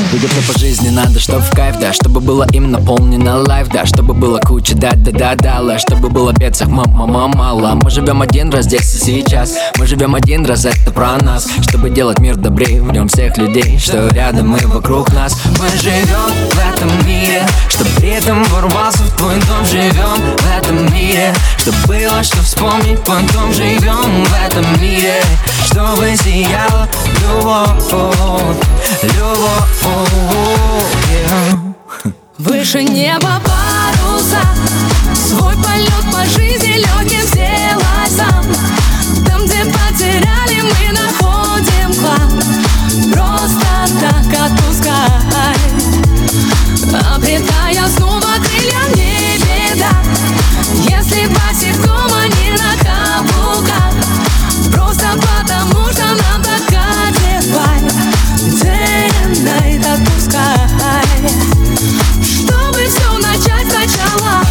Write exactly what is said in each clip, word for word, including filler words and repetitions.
Двигаться по жизни надо, чтоб в кайф, да. Чтобы было им наполнено лайф, да. Чтобы было куча да-да-да-да, чтобы было бедцах мама мало. Мы живем один раз здесь и сейчас. Мы живем один раз, это про нас. Чтобы делать мир добрее, в нем всех людей, что рядом и вокруг нас. Мы живем в этом мире, чтоб при этом ворвался в твой дом. Живем в этом мире, чтоб было что вспомнить, потом живем в этом мире, чтобы сияла любовь, любовь, yeah. Выше неба паруса, свой полет по жизни легким сделай сам. Там, где потеряли, мы находим клад. Просто так отпускай, обретая снова крылья, не беда. Если босиком, а не на каблуках, просто потому что нам так одевай. Day and night отпускай, чтобы все начать сначала.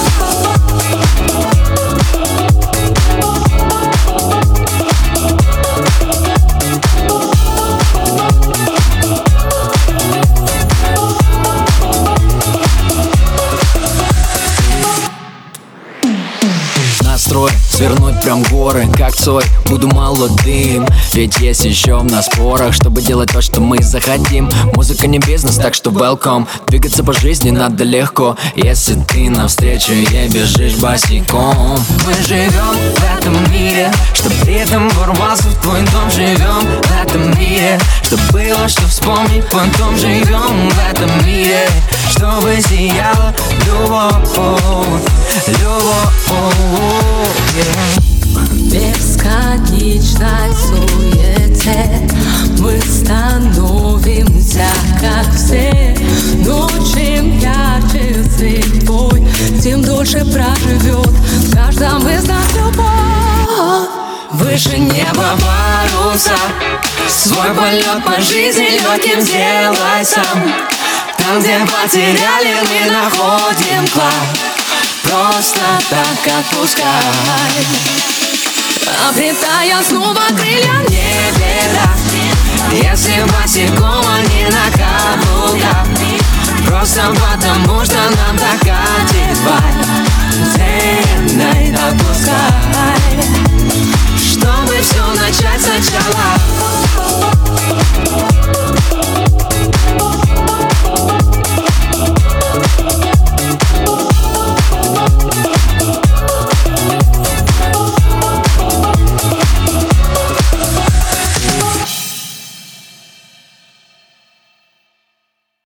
Настрой свернуть прям горы, как Цой, буду молодым. Ведь есть еще в нас порох, чтобы делать то, что мы захотим. Музыка не бизнес, так что welcome. Двигаться по жизни надо легко, если ты навстречу ей бежишь босиком. Мы живем в этом мире, чтоб при этом ворвался в твой дом. Живем в этом мире, чтоб было что вспомнить, потом живем в этом мире, чтобы сияла любовь, любовь, yeah. В бесконечной суете мы становимся как все. Но чем ярче свет твой, тем дольше проживет в каждом из нас любовь. Выше неба паруса, свой полет по жизни легким сделай сам. Там, где потеряли, мы находим клад. Просто так отпускай, обретая снова крылья, не беда. Если босиком, а не на каблуках, просто потому что нам так одевай. Day and night отпускай, чтобы все начать сначала.